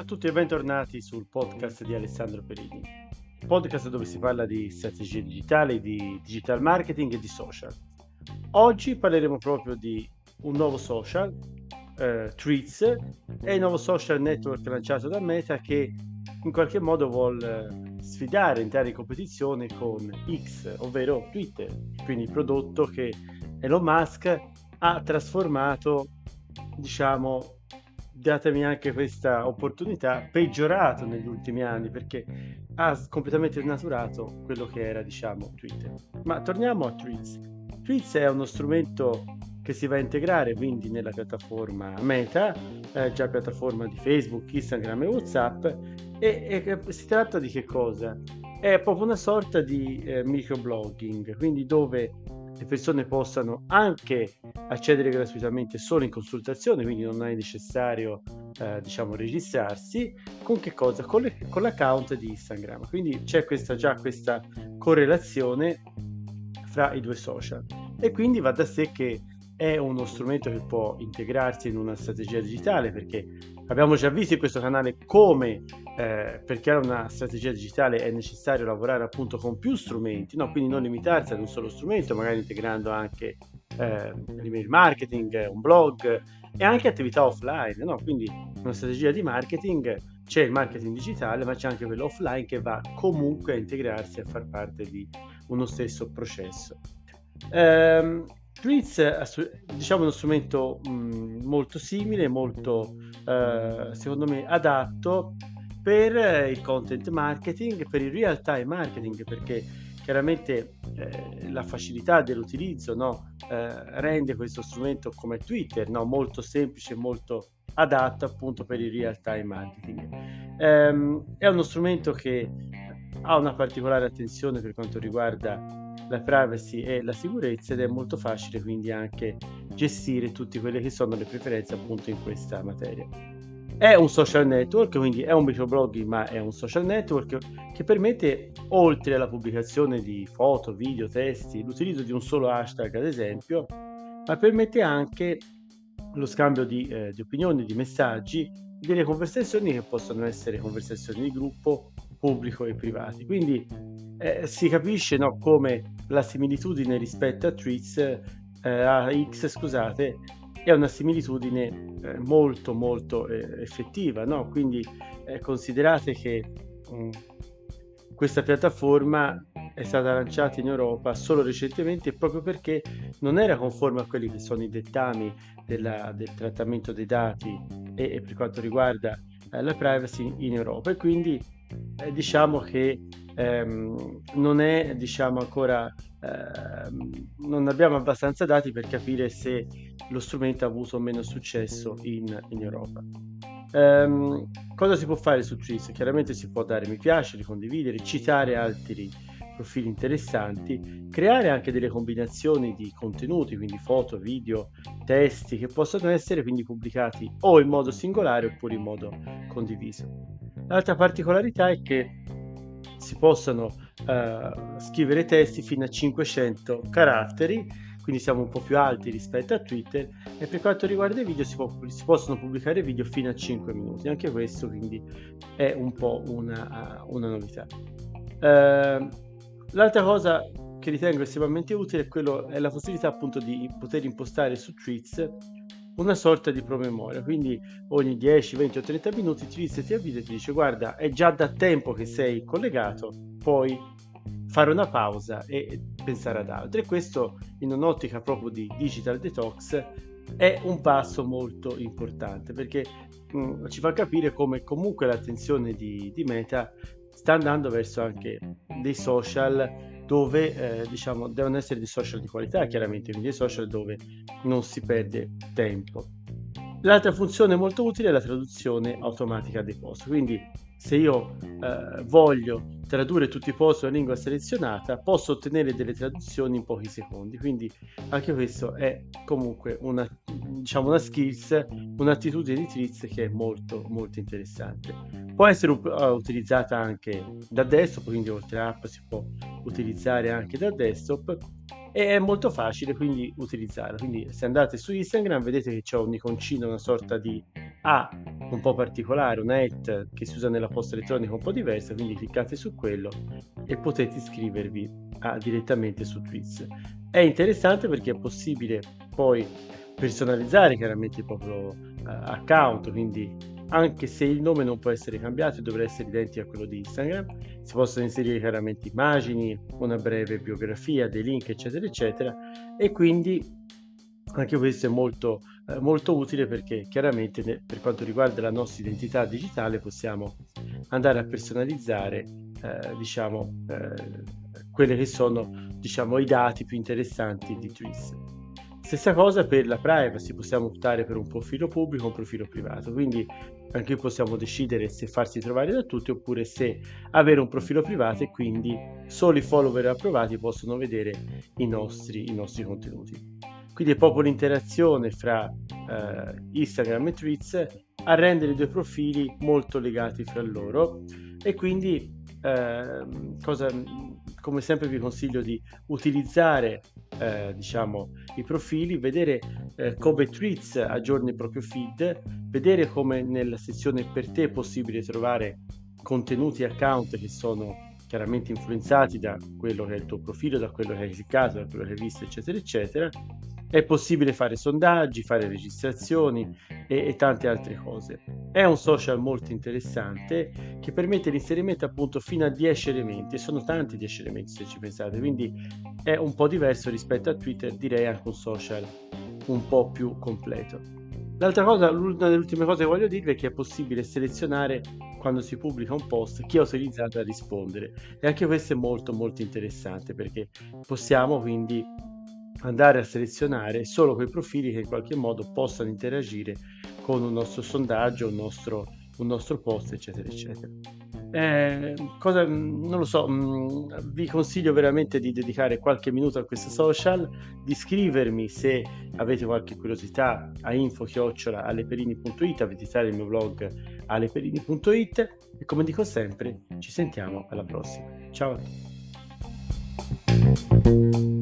tutti e bentornati sul podcast di Alessandro Perini, podcast dove si parla di strategie digitali, di digital marketing e di social. Oggi parleremo proprio di un nuovo social, Threads, è il nuovo social network lanciato da Meta che in qualche modo vuole sfidare, entrare in competizione con X, ovvero Twitter, quindi il prodotto che Elon Musk ha trasformato, diciamo, datemi anche questa opportunità, peggiorato negli ultimi anni perché ha completamente snaturato quello che era, diciamo, Twitter. Ma torniamo a Threads. Threads è uno strumento che si va a integrare quindi nella piattaforma Meta, già piattaforma di Facebook, Instagram e WhatsApp, e si tratta di che cosa? È proprio una sorta di microblogging, quindi dove le persone possano anche accedere gratuitamente solo in consultazione, quindi non è necessario diciamo registrarsi, con che cosa? Con l'account di Instagram, quindi c'è già questa correlazione fra i due social e quindi va da sé che è uno strumento che può integrarsi in una strategia digitale, perché abbiamo già visto in questo canale come per creare una strategia digitale è necessario lavorare appunto con più strumenti, no? Quindi non limitarsi ad un solo strumento, magari integrando anche l'email marketing, un blog e anche attività offline, no? Quindi una strategia di marketing, c'è il marketing digitale, ma c'è anche quello offline che va comunque a integrarsi e a far parte di uno stesso processo. Threads è diciamo uno strumento molto simile, molto secondo me adatto per il content marketing, per il real time marketing, perché chiaramente la facilità dell'utilizzo, no, rende questo strumento come Twitter, no, molto semplice, molto adatto appunto per il real time marketing. È uno strumento che ha una particolare attenzione per quanto riguarda la privacy e la sicurezza ed è molto facile quindi anche gestire tutte quelle che sono le preferenze appunto in questa materia. È un social network, quindi è un microblogging, ma è un social network che permette, oltre alla pubblicazione di foto, video, testi, l'utilizzo di un solo hashtag ad esempio, ma permette anche lo scambio di opinioni, di messaggi, delle conversazioni che possono essere conversazioni di gruppo, pubblico e privati. Quindi si capisce, no, come la similitudine rispetto a Threads, a X, scusate, è una similitudine molto molto effettiva, no? Quindi considerate che questa piattaforma è stata lanciata in Europa solo recentemente proprio perché non era conforme a quelli che sono i dettami del trattamento dei dati e per quanto riguarda la privacy in Europa e quindi diciamo che non è diciamo ancora non abbiamo abbastanza dati per capire se lo strumento ha avuto o meno successo in Europa. Cosa si può fare su Threads? Chiaramente si può dare mi piace, ricondividere, citare altri profili interessanti, creare anche delle combinazioni di contenuti, quindi foto, video, testi che possono essere quindi pubblicati o in modo singolare oppure in modo condiviso. L'altra particolarità è che si possono scrivere testi fino a 500 caratteri, quindi siamo un po' più alti rispetto a Twitter, e per quanto riguarda i video si possono pubblicare video fino a 5 minuti, anche questo quindi è un po' una novità. L'altra cosa che ritengo estremamente utile è la possibilità appunto di poter impostare su Threads una sorta di promemoria, quindi ogni 10, 20 o 30 minuti Threads ti avvisa e ti dice guarda è già da tempo che sei collegato, puoi fare una pausa e pensare ad altro, e questo in un'ottica proprio di digital detox è un passo molto importante perché ci fa capire come comunque l'attenzione di Meta sta andando verso anche dei social dove diciamo devono essere dei social di qualità, chiaramente, quindi dei social dove non si perde tempo. L'altra funzione molto utile è la traduzione automatica dei post, quindi se io voglio tradurre tutti i post in una lingua selezionata posso ottenere delle traduzioni in pochi secondi, quindi anche questo è comunque una skills, un'attitudine di Threads che è molto molto interessante. Può essere utilizzata anche da desktop, quindi oltre app si può utilizzare anche da desktop e è molto facile quindi utilizzarla. Quindi se andate su Instagram vedete che c'è un iconcino, una sorta di ha un po' particolare, una hat che si usa nella posta elettronica un po' diversa, quindi cliccate su quello e potete iscrivervi direttamente su Tweets. È interessante perché è possibile poi personalizzare chiaramente il proprio account, quindi anche se il nome non può essere cambiato e dovrà essere identico a quello di Instagram, si possono inserire chiaramente immagini, una breve biografia, dei link, eccetera, eccetera, e quindi anche questo è molto utile perché chiaramente per quanto riguarda la nostra identità digitale possiamo andare a personalizzare, quelle che sono, diciamo, i dati più interessanti di Twiz. Stessa cosa per la privacy, possiamo optare per un profilo pubblico o un profilo privato, quindi anche qui possiamo decidere se farsi trovare da tutti oppure se avere un profilo privato e quindi solo i follower approvati possono vedere i nostri contenuti. Quindi è proprio l'interazione fra Instagram e Threads a rendere i due profili molto legati fra loro e quindi come sempre vi consiglio di utilizzare diciamo i profili, vedere come Threads aggiorna il proprio feed, vedere come nella sezione per te è possibile trovare contenuti e account che sono chiaramente influenzati da quello che è il tuo profilo, da quello che hai cliccato, da quello che hai visto, eccetera, eccetera. È possibile fare sondaggi, fare registrazioni e tante altre cose. È un social molto interessante che permette l'inserimento appunto fino a 10 elementi e sono tanti 10 elementi se ci pensate, quindi è un po' diverso rispetto a Twitter, direi anche un social un po' più completo. L'altra cosa, una delle ultime cose che voglio dirvi è che è possibile selezionare quando si pubblica un post chi è autorizzato a rispondere e anche questo è molto interessante perché possiamo quindi andare a selezionare solo quei profili che in qualche modo possano interagire con un nostro sondaggio, un nostro post, eccetera, eccetera. Non lo so, vi consiglio veramente di dedicare qualche minuto a questo social, di scrivermi se avete qualche curiosità a info@aleperini.it, a visitare il mio blog aleperini.it e come dico sempre, ci sentiamo alla prossima. Ciao a tutti.